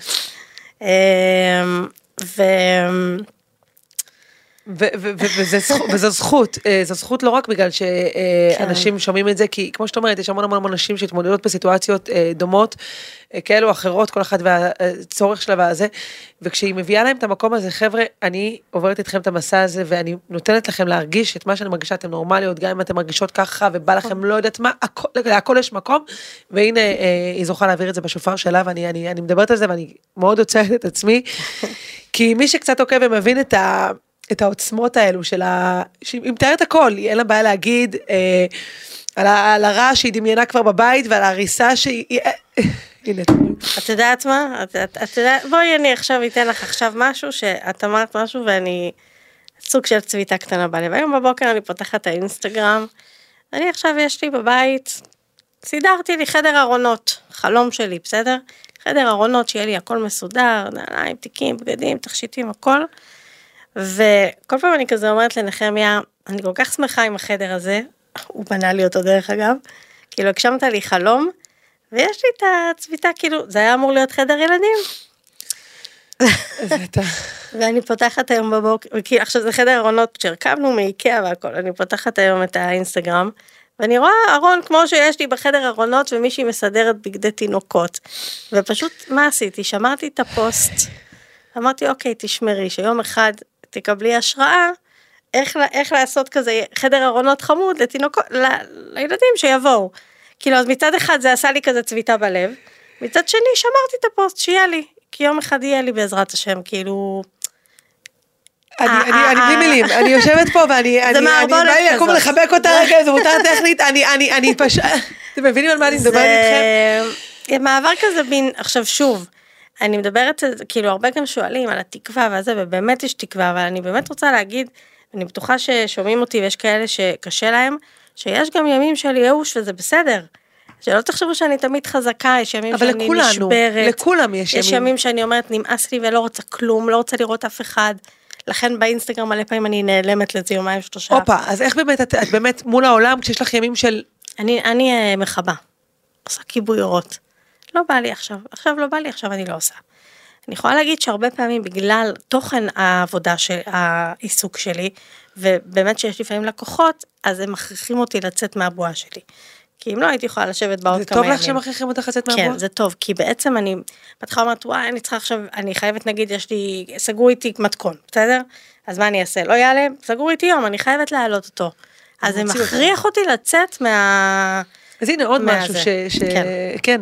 וזו זכות, זו זכות לא רק בגלל שאנשים שומעים את זה, כי כמו שאת אומרת, יש המון אנשים שהתמודדות בסיטואציות דומות, כאלו אחרות, כל אחד והצורך שלה והזה, וכשהיא מביאה להם את המקום הזה, חבר'ה, אני עוברת איתכם את המסע הזה, ואני נותנת לכם להרגיש את מה שאני מרגישה, אתם נורמליות, גם אם אתם מרגישות ככה, ובא לכם לא יודעת מה, להכל יש מקום, והנה היא זוכה להעביר את זה בשופר שלה, ואני מדברת על זה, ואני מאוד עוצרת את עצמי, כי מי שקצת עוקב ומבין את העוצמות האלו היא מתארת הכל, אין לה בעיה להגיד, על הרע שהיא דמיינה כבר בבית, ועל ההריסה שהיא... הנה, את יודעת מה? בואי אני עכשיו אתן לך עכשיו משהו, שאת אמרת משהו ואני סוג של צביטה קטנה בלב. היום בבוקר אני פותחת את האינסטגרם, אני עכשיו יש לי בבית, סידרתי לי חדר ארונות, חלום שלי, בסדר? חדר ארונות שיהיה לי הכל מסודר, נעליים, תיקים, בגדים, תכשיטים, הכל. וכל פעם אני כזה אומרת לנחמיה, אני כל כך שמחה עם החדר הזה, הוא בנה לי אותו דרך אגב, כאילו הגשמת לי חלום, ויש לי את הצביטה, כאילו, זה היה אמור להיות חדר ילדים. ואני פותחת היום בבוקר, עכשיו זה חדר ארונות שהרכבנו מאיקאה והכל, אני פותחת היום את האינסטגרם, ואני רואה ארון כמו שיש לי בחדר ארונות, ומישהי מסדרת בגדי תינוקות, ופשוט מה עשיתי? שמרתי את הפוסט, אמרתי אוקיי, תשמרי, שיום אחד תקבלי השראה, איך לעשות כזה חדר ארונות חמוד לתינוקות, לילדים שיבואו. כאילו, אז מצד אחד זה עשה לי כזה צביטה בלב, מצד שני שמרתי את הפוסט שיהיה לי, כי יום אחד יהיה לי בעזרת השם, כאילו... אני בלי מילים, אני יושבת פה ואני בא לי לקום לחבק אותה רגע, זו מותר טכנית, אני פשוט... אתם מבינים על מה אני מדברת איתכם? מעבר כזה בין, עכשיו שוב, אני מדברת, כאילו הרבה גם שואלים על התקווה והזה, ובאמת יש תקווה, אבל אני באמת רוצה להגיד, אני בטוחה ששומעים אותי ויש כאלה שקשה להם, שיש גם ימים של ייאוש וזה בסדר. שלא תחשבו שאני תמיד חזקה, יש ימים שאני נשברת. אבל לכולם יש ימים. יש ימים שאני אומרת, נמאס לי ולא רוצה כלום, לא רוצה לראות אף אחד. לכן באינסטגרם מלא פעמים אני נעלמת לזה יומיים 3. אופה, אז איך באמת, את באמת מול העולם, כשיש לך ימים של... אני מחבה. עושה כיבוי אורות. לא בא לי עכשיו לא בא לי, עכשיו אני לא עושה. אני יכולה להגיד שהרבה פעמים בגלל תוכן העבודה, העיסוק שלי, ובאמת שיש לפעמים לקוחות, אז הם מכריחים אותי לצאת מהבועה שלי. כי אם לא הייתי יכולה לשבת בעוד כמה ימים. זה טוב לך שמכריחים אותך לצאת מהבועה? כן, זה טוב, כי בעצם אני, בהתחלה אומרת, וואי, אני צריכה עכשיו, אני חייבת נגיד, סגרו איתי מתכון, בסדר? אז מה אני אעשה? לא יעלה, סגרו איתי יום, אני חייבת להעלות אותו. אז זה מכריח אותי לצאת אז הנה עוד משהו כן,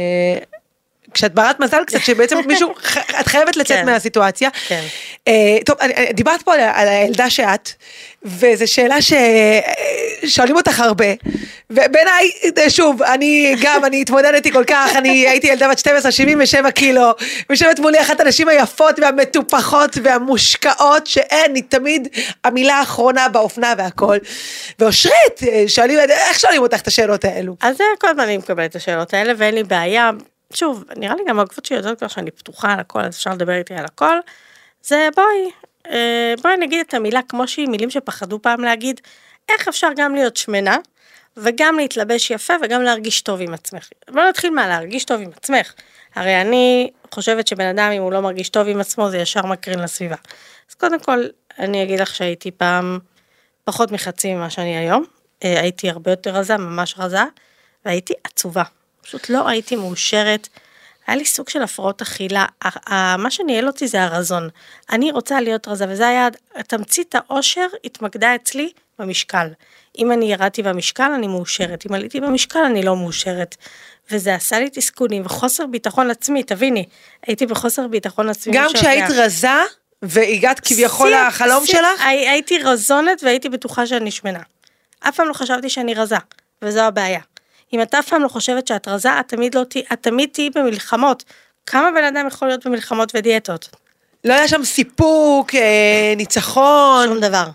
כשאת ברת מזל קצת, שבעצם מישהו, את חייבת לצאת מהסיטואציה. טוב, דיברת פה על הילדה שאת, וזו שאלה ששואלים אותך הרבה, ובעיניי, שוב, אני התמודדתי כל כך, אני הייתי ילדה בת 12, 77 קילו, ויושבת מולי אחת הנשים היפות והמטופחות והמושקעות, שאין, היא תמיד המילה האחרונה באופנה והכל. ואושרית, איך שואלים אותך את השאלות האלו? אז כל הזמן אני מקבלת את השאלות האלה, ואין לי בעיה, שוב, נראה לי גם העקבות שיודעות כבר שאני פתוחה על הכל, אז אפשר לדבר איתי על הכל, זה בואי נגיד את המילה כמו שהיא, מילים שפחדו פעם להגיד, איך אפשר גם להיות שמנה, וגם להתלבש יפה, וגם להרגיש טוב עם עצמך. בואו נתחיל מה, להרגיש טוב עם עצמך. הרי אני חושבת שבן אדם, אם הוא לא מרגיש טוב עם עצמו, זה ישר מקרין לסביבה. אז קודם כל, אני אגיד לך שהייתי פעם פחות מחצי ממה שאני היום, הייתי הרבה יותר רזה, ממש רזה, והייתי עצובה. פשוט לא הייתי מאושרת, היה לי סוג של הפרעות אכילה, מה שניהל אותי זה הרזון, אני רוצה להיות רזה, וזה היה, תמצית האושר התמקדה אצלי במשקל, אם אני ירדתי במשקל אני מאושרת, אם עליתי במשקל אני לא מאושרת, וזה עשה לי תסכונים וחוסר ביטחון עצמי, תביני, הייתי בחוסר ביטחון עצמי. גם כשהיית רזה, והגעת כביכול לחלום שלך? הייתי רזונת והייתי בטוחה שאני שמנה, אף פעם לא חשבתי שאני רזה, וזו הבעיה. אם אתה אף פעם לא חושבת שאת רזה, את תמיד תהיי במלחמות. כמה בן אדם יכול להיות במלחמות ודיאטות? לא היה שם סיפוק, ניצחון. שום דבר.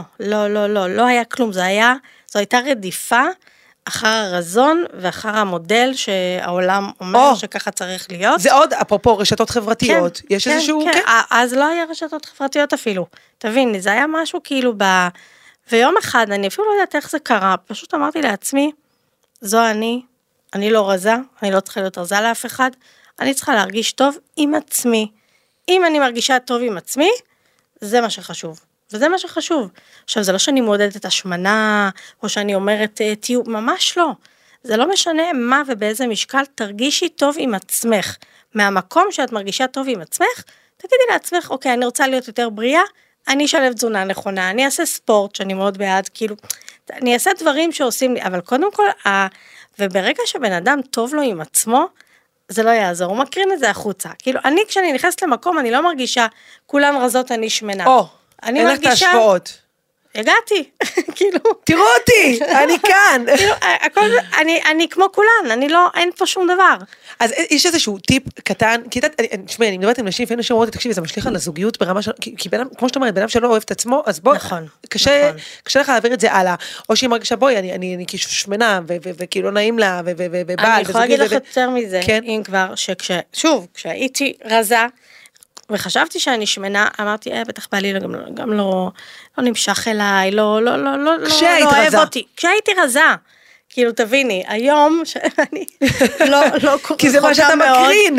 לא היה כלום. זו הייתה רדיפה אחר הרזון ואחר המודל שהעולם אומר שככה צריך להיות. זה עוד, אפרופו רשתות חברתיות. יש איזשהו... כן. אז לא היה רשתות חברתיות אפילו. תבין, זה היה משהו כאילו ויום אחד, אני אפילו לא יודעת איך זה קרה, פשוט אמרתי לעצמי, זו אני לא רזה, אני לא צריכה להיות רזה לאף אחד, אני צריכה להרגיש טוב עם עצמי. אם אני מרגישה טוב עם עצמי, זה מה שחשוב. וזה מה שחשוב. עכשיו, זה לא שאני מועדדת את השמנה, או שאני אומרת, תהיו, ממש לא. זה לא משנה מה ובאיזה משקל, תרגישי טוב עם עצמך. מהמקום שאת מרגישה טוב עם עצמך, תגידי לעצמך, אוקיי, אני רוצה להיות יותר בריאה, אני אשלב תזונה נכונה, אני אעשה ספורט, שאני מאוד בעד, כאילו, אני אעשה דברים שעושים לי, אבל קודם כל, וברגע שבן אדם טוב לו עם עצמו, זה לא יעזור, הוא מקרין את זה החוצה. כאילו, כשאני נכנסת למקום, אני לא מרגישה, כולן רזות, אני שמנה. אין לך את ההשפעות. הגעתי, כאילו. תראו אותי, אני כאן. כאילו, אני כמו כולן, אין פה שום דבר. אז יש איזשהו טיפ קטן, כי תשמעי, אני מדברת עם נשים, לפעמים נשים אומרות, תקשיבי, זה משליך על הזוגיות ברמה של, כי כמו שאת אומרת, בן אדם שלא אוהב את עצמו, אז בוא, קשה לך להעביר את זה הלאה, או שהיא מרגישה, בואי, אני כאילו שמנה, וכאילו נעים לה, ובעל, אני יכולה להגיד לך יותר מזה, אם כבר, שוב, כשהייתי רזה, וחשבתי שאני שמנה, אמרתי, בטח בעלי גם לא נמשך אליי, לא אוהב אותי. כשהייתי רזה, כאילו תביני, היום שאני לא כי זה מה שאתה מקרין.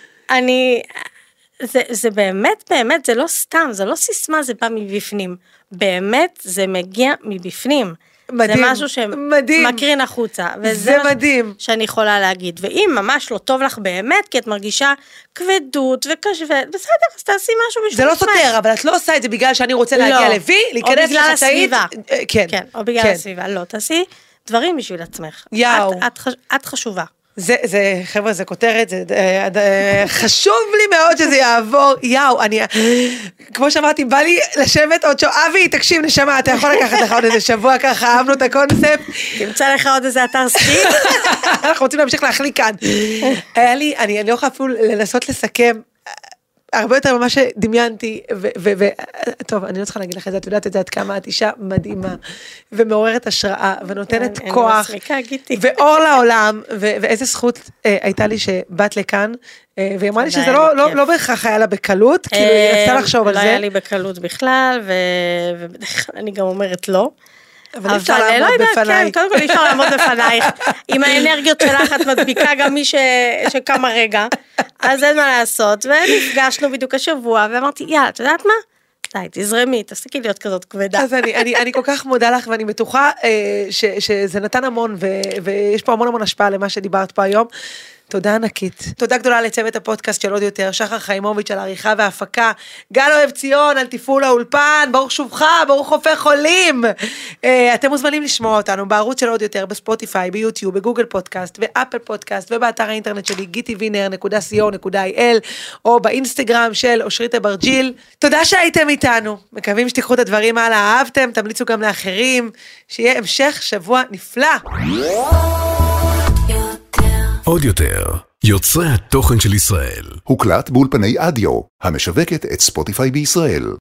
זה באמת, זה לא סתם, זה לא סיסמה, זה בא מבפנים. באמת, זה מגיע מבפנים. מדהים, זה משהו שמקרין החוצה, וזה מדהים. שאני יכולה להגיד, ואם ממש לא טוב לך באמת, כי את מרגישה כבדות וקשה, בסדר, אז תעשי משהו בשביל זה לא סותר, אבל את לא עושה את זה בגלל שאני רוצה להגיע לוי, להיכנס לחצאית, כן, או בגלל הסביבה, לא, תעשי דברים בשביל עצמך, את חשובה. זה, חבר'ה, זה כותרת, זה חשוב לי מאוד שזה יעבור, כמו שאמרתי, בא לי לשבת עוד אבי, תקשיב, נשמה, אתה יכול לקחת לך עוד איזה שבוע ככה, אהבנו את הקונספט. תמצא לך עוד איזה אתר סקי. אנחנו רוצים להמשיך להחליק כאן. היה לי, אני לא יכולה אפילו לנסות לסכם, הרבה יותר ממה שדמיינתי, טוב, אני לא צריכה להגיד לך את זה, את יודעת את זה, עד כמה את אישה מדהימה, ומעוררת השראה, ונותנת כוח, ואור לעולם, ואיזה זכות הייתה לי שבאת לכאן, והיא אמרה לי שזה לא בהכרח היה לה בקלות, כאילו היא רצתה לחשוב על זה. לא היה לי בקלות בכלל, ואני גם אומרת לא. אבל אפשר לעמוד בפנייך. קודם כל אי אפשר לעמוד בפנייך, עם האנרגיות שלך את מדביקה גם מי שקמה רגע, אז אין מה לעשות, ונפגשנו בדיוק השבוע, ואמרתי, יאללה, את יודעת מה? די, תזרמי, תפסיקי להיות כזאת כבדה. אז אני כל כך מודה לך, ואני בטוחה שזה נתן המון, ויש פה המון השפעה למה שדיברת פה היום. תודה ענקית. תודה גדולה לצוות הפודקאסט של עוד יותר, שחר חיימוביץ' על העריכה וההפקה, גל אוהב ציון על תפעול האולפן, ברוך שובך, ברוך הופך חולים. אתם מוזמנים לשמוע אותנו בערוץ של עוד יותר, בספוטיפיי, ביוטיוב, בגוגל פודקאסט, ואפל פודקאסט, ובאתר האינטרנט שלי, gitiviner.co.il, או באינסטגרם של אושרית אברג'יל. תודה שהייתם איתנו, מקווים שתיקחו את הדברים הלאה, אהבתם, תמליצו גם לאחרים, שיהיה המשך שבוע נפלא. עוד יותר, יוצרי התוכן של ישראל. הוקלט באולפני אדיו, המשווקת את ספוטיפיי בישראל.